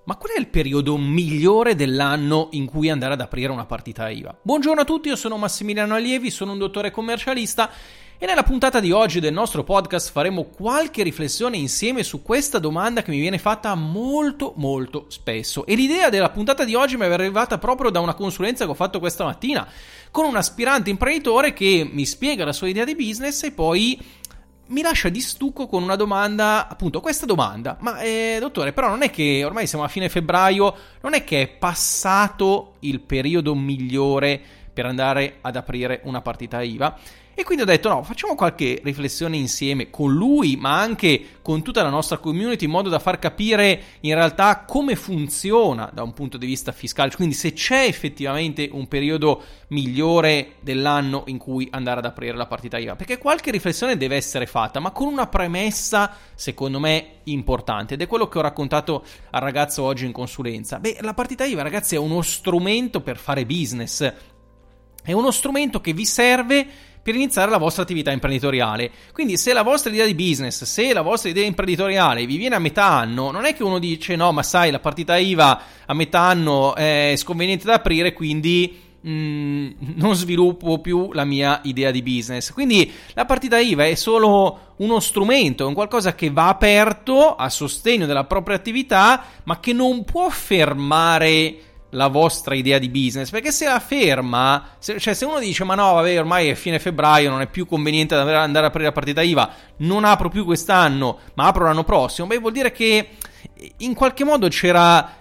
Ma qual è il periodo migliore dell'anno in cui andare ad aprire una partita IVA? Buongiorno a tutti, io sono Massimiliano Allievi, sono un dottore commercialista e nella puntata di oggi del nostro podcast faremo qualche riflessione insieme su questa domanda che mi viene fatta molto spesso. E l'idea della puntata di oggi mi è arrivata proprio da una consulenza che ho fatto questa mattina con un aspirante imprenditore che mi spiega la sua idea di business e poi mi lascia di stucco con una domanda, appunto questa domanda: ma dottore, però non è che ormai siamo a fine febbraio, non è che è passato il periodo migliore per andare ad aprire una partita IVA? E quindi ho detto no, facciamo qualche riflessione insieme con lui, ma anche con tutta la nostra community, in modo da far capire in realtà come funziona da un punto di vista fiscale, quindi se c'è effettivamente un periodo migliore dell'anno in cui andare ad aprire la partita IVA, perché qualche riflessione deve essere fatta, ma con una premessa secondo me importante, ed è quello che ho raccontato al ragazzo oggi in consulenza. La partita IVA, ragazzi, è uno strumento per fare business, è uno strumento che vi serve per iniziare la vostra attività imprenditoriale. Quindi se la vostra idea di business, se la vostra idea imprenditoriale vi viene a metà anno, non è che uno dice no, ma sai, la partita IVA a metà anno è sconveniente da aprire, quindi non sviluppo più la mia idea di business. Quindi la partita IVA è solo uno strumento, è un qualcosa che va aperto a sostegno della propria attività, ma che non può fermare la vostra idea di business, perché se la ferma, se uno dice ma no, vabbè, ormai è fine febbraio, non è più conveniente andare a aprire la partita IVA, non apro più quest'anno ma apro l'anno prossimo, vuol dire che in qualche modo c'era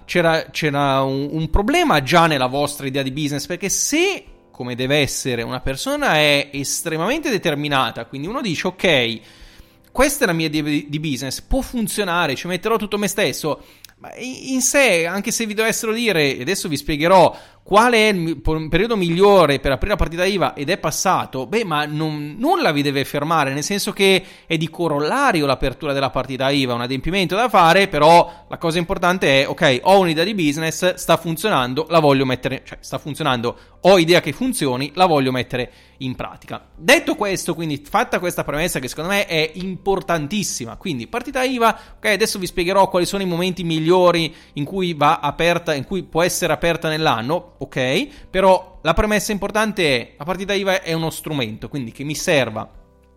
un problema già nella vostra idea di business, perché se, come deve essere, una persona è estremamente determinata, quindi uno dice ok, questa è la mia idea di business, può funzionare, ci metterò tutto me stesso. Ma in sé, anche se vi dovessero dire, e adesso vi spiegherò qual è il periodo migliore per aprire la partita IVA ed è passato, ma nulla vi deve fermare, nel senso che è di corollario l'apertura della partita IVA, un adempimento da fare, però la cosa importante è ok, ho un'idea di business, sta funzionando, la voglio mettere, cioè sta funzionando, ho idea che funzioni, la voglio mettere in pratica. Detto questo, quindi fatta questa premessa che secondo me è importantissima, quindi partita IVA, ok, adesso vi spiegherò quali sono i momenti migliori in cui va aperta, in cui può essere aperta nell'anno, ok, però la premessa importante è la partita IVA è uno strumento, quindi che mi serva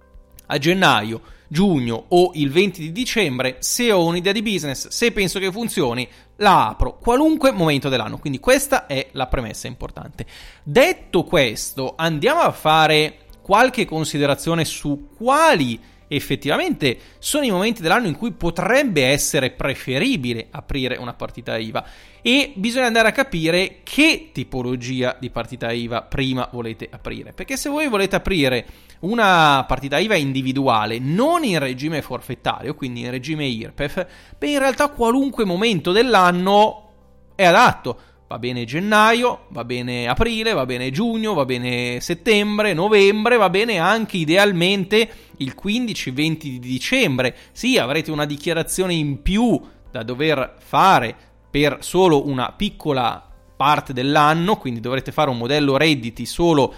a gennaio, giugno o il 20 di dicembre, se ho un'idea di business, se penso che funzioni, la apro qualunque momento dell'anno. Quindi questa è la premessa importante. Detto questo, andiamo a fare qualche considerazione su quali effettivamente sono i momenti dell'anno in cui potrebbe essere preferibile aprire una partita IVA, e bisogna andare a capire che tipologia di partita IVA prima volete aprire, perché se voi volete aprire una partita IVA individuale non in regime forfettario, quindi in regime IRPEF, in realtà qualunque momento dell'anno è adatto. Va bene gennaio, va bene aprile, va bene giugno, va bene settembre, novembre, va bene anche idealmente il 15-20 di dicembre. Sì, avrete una dichiarazione in più da dover fare per solo una piccola parte dell'anno, quindi dovrete fare un modello redditi solo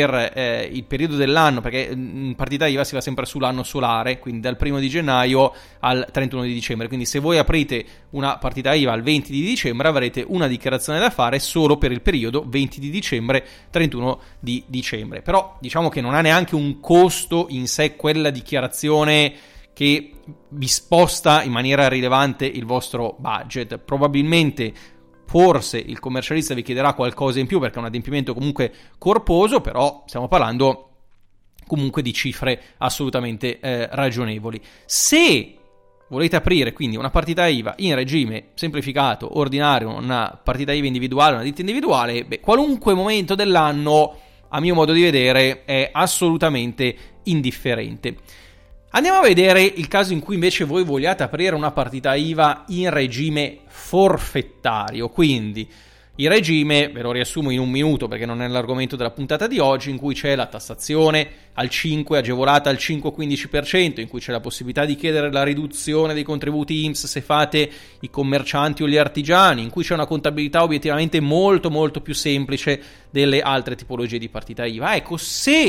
per il periodo dell'anno, perché in partita IVA si va sempre sull'anno solare, quindi dal 1 di gennaio al 31 di dicembre, quindi se voi aprite una partita IVA al 20 di dicembre avrete una dichiarazione da fare solo per il periodo 20 di dicembre 31 di dicembre, però diciamo che non ha neanche un costo in sé quella dichiarazione che vi sposta in maniera rilevante il vostro budget. Probabilmente forse il commercialista vi chiederà qualcosa in più perché è un adempimento comunque corposo, però stiamo parlando comunque di cifre assolutamente ragionevoli. Se volete aprire quindi una partita IVA in regime semplificato, ordinario, una partita IVA individuale, una ditta individuale, qualunque momento dell'anno, a mio modo di vedere, è assolutamente indifferente. Andiamo a vedere il caso in cui invece voi vogliate aprire una partita IVA in regime forfettario, quindi il regime, ve lo riassumo in un minuto perché non è l'argomento della puntata di oggi, in cui c'è la tassazione al 5, agevolata al 5-15%, in cui c'è la possibilità di chiedere la riduzione dei contributi INPS se fate i commercianti o gli artigiani, in cui c'è una contabilità obiettivamente molto più semplice delle altre tipologie di partita IVA. Ecco, se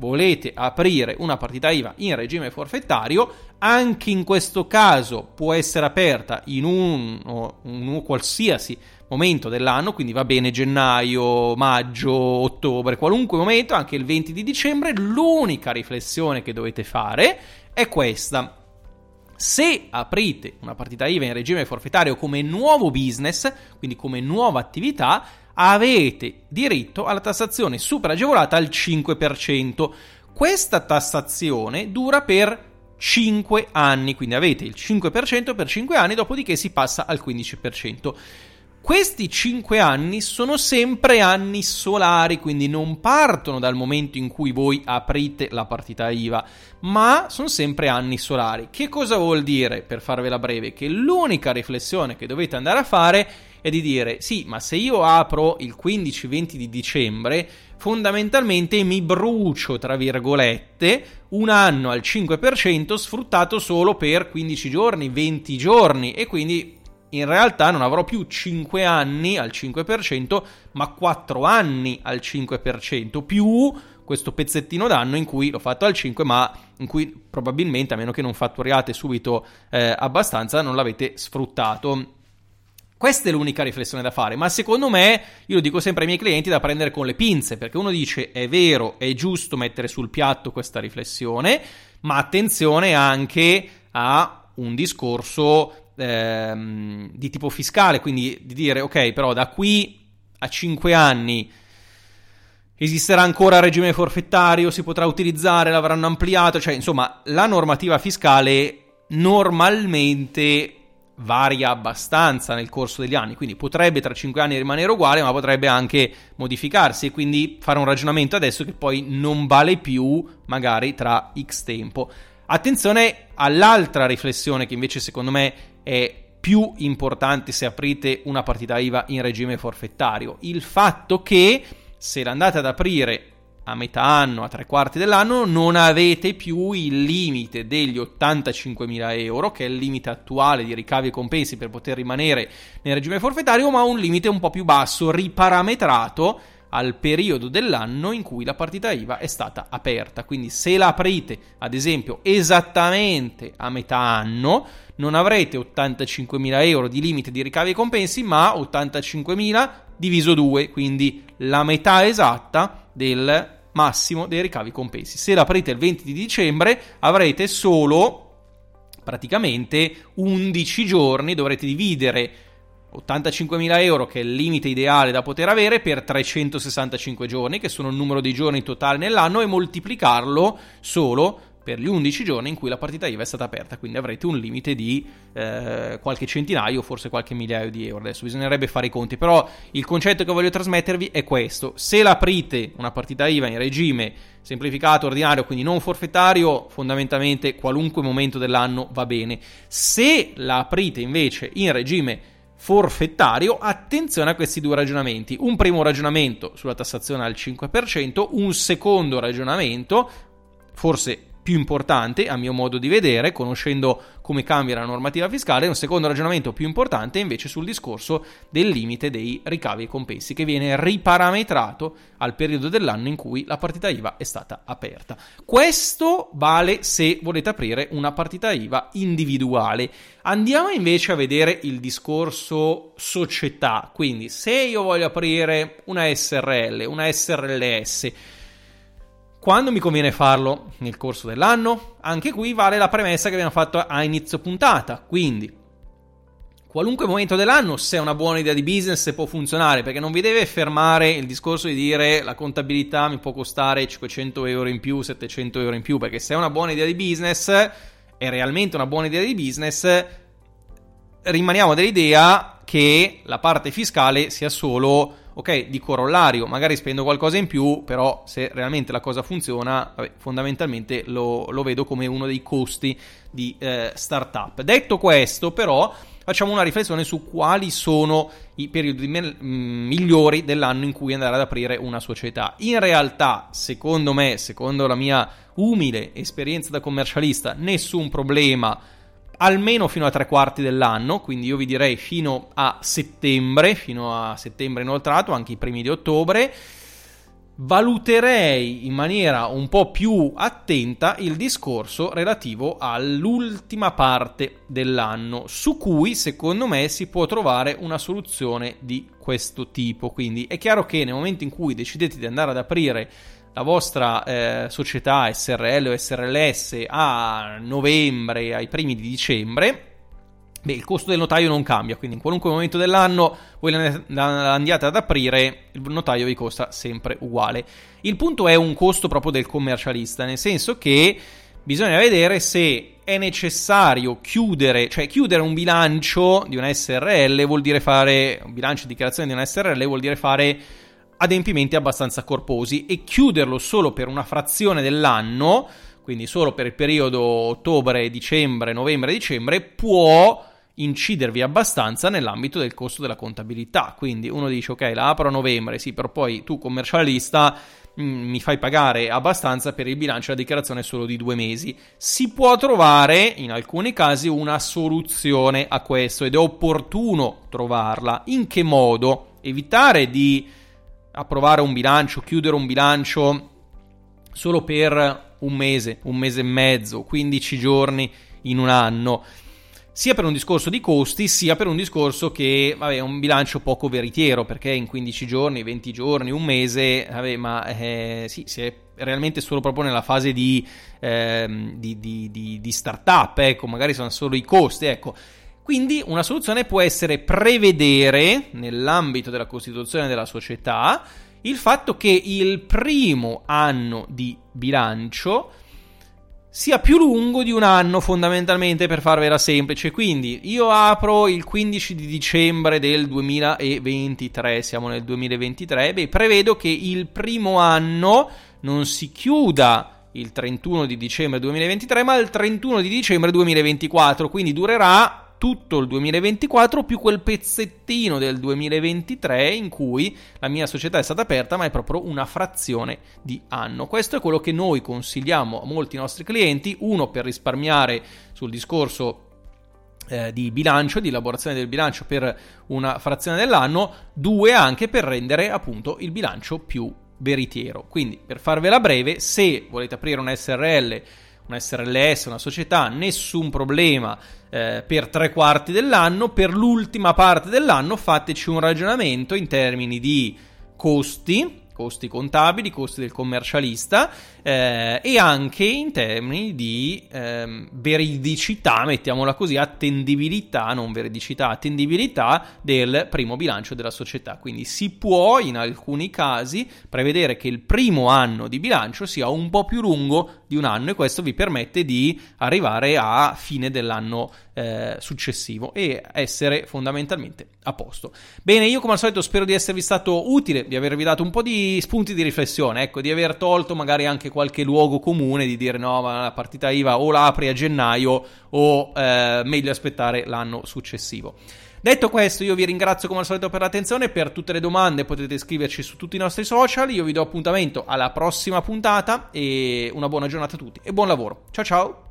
volete aprire una partita IVA in regime forfettario, anche in questo caso può essere aperta in un qualsiasi momento dell'anno, quindi va bene gennaio, maggio, ottobre, qualunque momento, anche il 20 di dicembre. L'unica riflessione che dovete fare è questa: se aprite una partita IVA in regime forfettario come nuovo business, quindi come nuova attività, avete diritto alla tassazione super agevolata al 5%. Questa tassazione dura per 5 anni, quindi avete il 5% per 5 anni, dopodiché si passa al 15%. Questi 5 anni sono sempre anni solari, quindi non partono dal momento in cui voi aprite la partita IVA, ma sono sempre anni solari. Che cosa vuol dire, per farvela breve? Che l'unica riflessione che dovete andare a fare è di dire: sì, ma se io apro il 15-20 di dicembre, fondamentalmente mi brucio, tra virgolette, un anno al 5% sfruttato solo per 15 giorni, 20 giorni, e quindi in realtà non avrò più 5 anni al 5%, ma 4 anni al 5%, più questo pezzettino d'anno in cui l'ho fatto al 5%, ma in cui probabilmente, a meno che non fatturiate subito abbastanza, non l'avete sfruttato. Questa è l'unica riflessione da fare, ma secondo me, io lo dico sempre ai miei clienti, da prendere con le pinze, perché uno dice: è vero, è giusto mettere sul piatto questa riflessione, ma attenzione anche a un discorso di tipo fiscale, quindi di dire: ok, però da qui a 5 anni esisterà ancora il regime forfettario, si potrà utilizzare, l'avranno ampliato, cioè insomma la normativa fiscale normalmente varia abbastanza nel corso degli anni, quindi potrebbe tra 5 anni rimanere uguale, ma potrebbe anche modificarsi, e quindi fare un ragionamento adesso che poi non vale più magari tra X tempo. Attenzione all'altra riflessione che invece secondo me è più importante se aprite una partita IVA in regime forfettario: il fatto che se l'andate ad aprire a metà anno, a 3/4 dell'anno, non avete più il limite degli 85.000 euro, che è il limite attuale di ricavi e compensi per poter rimanere nel regime forfettario, ma un limite un po' più basso, riparametrato al periodo dell'anno in cui la partita IVA è stata aperta. Quindi se la aprite, ad esempio, esattamente a metà anno, non avrete 85.000 euro di limite di ricavi e compensi, ma 85.000 diviso 2, quindi la metà esatta del massimo dei ricavi e compensi. Se la aprite il 20 di dicembre avrete solo praticamente 11 giorni, dovrete dividere 85.000 euro, che è il limite ideale da poter avere, per 365 giorni, che sono il numero di giorni totali nell'anno, e moltiplicarlo solo per gli 11 giorni in cui la partita IVA è stata aperta. Quindi avrete un limite di qualche centinaio, forse qualche migliaio di euro. Adesso bisognerebbe fare i conti, però il concetto che voglio trasmettervi è questo: se la aprite una partita IVA in regime semplificato, ordinario, quindi non forfettario, fondamentalmente qualunque momento dell'anno va bene. Se la aprite invece in regime forfettario, attenzione a questi due ragionamenti: un primo ragionamento sulla tassazione al 5%, un secondo ragionamento, forse più importante a mio modo di vedere, conoscendo come cambia la normativa fiscale, un secondo ragionamento più importante invece sul discorso del limite dei ricavi e compensi, che viene riparametrato al periodo dell'anno in cui la partita IVA è stata aperta. Questo vale se volete aprire una partita IVA individuale. Andiamo invece a vedere il discorso società. Quindi se io voglio aprire una SRL, una SRLS, quando mi conviene farlo? Nel corso dell'anno? Anche qui vale la premessa che abbiamo fatto a inizio puntata, quindi qualunque momento dell'anno, se è una buona idea di business, può funzionare, perché non vi deve fermare il discorso di dire la contabilità mi può costare 500 euro in più, 700 euro in più, perché se è una buona idea di business, è realmente una buona idea di business, rimaniamo dell'idea che la parte fiscale sia solo, ok, di corollario, magari spendo qualcosa in più, però se realmente la cosa funziona, fondamentalmente lo vedo come uno dei costi di startup. Detto questo, però, facciamo una riflessione su quali sono i periodi migliori dell'anno in cui andare ad aprire una società. In realtà, secondo me, secondo la mia umile esperienza da commercialista, nessun problema, almeno fino a 3/4 dell'anno, quindi io vi direi fino a settembre inoltrato, anche i primi di ottobre. valuterei in maniera un po' più attenta il discorso relativo all'ultima parte dell'anno, su cui secondo me si può trovare una soluzione di questo tipo. Quindi è chiaro che nel momento in cui decidete di andare ad aprire la vostra società SRL o SRLS a novembre, ai primi di dicembre, il costo del notaio non cambia, quindi in qualunque momento dell'anno voi andiate ad aprire, il notaio vi costa sempre uguale. Il punto è un costo proprio del commercialista, nel senso che bisogna vedere se è necessario chiudere un bilancio di una SRL, vuol dire fare un bilancio di dichiarazione di una SRL, vuol dire fare adempimenti abbastanza corposi, e chiuderlo solo per una frazione dell'anno, quindi solo per il periodo ottobre, dicembre, novembre, dicembre, può incidervi abbastanza nell'ambito del costo della contabilità. Quindi uno dice ok, la apro a novembre, sì, però poi tu commercialista mi fai pagare abbastanza per il bilancio e la dichiarazione solo di 2 mesi. Si può trovare in alcuni casi una soluzione a questo, ed è opportuno trovarla. In che modo? Evitare di approvare un bilancio, chiudere un bilancio solo per un mese e mezzo, 15 giorni in un anno, sia per un discorso di costi, sia per un discorso che è un bilancio poco veritiero, perché in 15 giorni, 20 giorni, un mese, sì, si è realmente solo proprio nella fase di startup, ecco, magari sono solo i costi, ecco. Quindi una soluzione può essere prevedere, nell'ambito della costituzione della società, il fatto che il primo anno di bilancio sia più lungo di un anno, fondamentalmente, per farvela semplice. Quindi io apro il 15 di dicembre del 2023, siamo nel 2023, prevedo che il primo anno non si chiuda il 31 di dicembre 2023, ma il 31 di dicembre 2024, quindi durerà tutto il 2024 più quel pezzettino del 2023 in cui la mia società è stata aperta, ma è proprio una frazione di anno. Questo è quello che noi consigliamo a molti nostri clienti, uno per risparmiare sul discorso di bilancio, di elaborazione del bilancio per una frazione dell'anno, due anche per rendere appunto il bilancio più veritiero. Quindi, per farvela breve, se volete aprire una SRL, una SRLS, una società, nessun problema per 3/4 dell'anno. Per l'ultima parte dell'anno fateci un ragionamento in termini di costi contabili, costi del commercialista, e anche in termini di veridicità, mettiamola così, attendibilità, non veridicità, attendibilità del primo bilancio della società. Quindi si può in alcuni casi prevedere che il primo anno di bilancio sia un po' più lungo di un anno, e questo vi permette di arrivare a fine dell'anno successivo e essere fondamentalmente a posto. Bene, io come al solito spero di esservi stato utile, di avervi dato un po' di spunti di riflessione, ecco, di aver tolto magari anche qualche luogo comune, di dire no, ma la partita IVA o la apri a gennaio o meglio aspettare l'anno successivo. Detto questo, io vi ringrazio come al solito per l'attenzione. Per tutte le domande potete scriverci su tutti i nostri social. Io vi do appuntamento alla prossima puntata e una buona giornata a tutti e buon lavoro. Ciao ciao!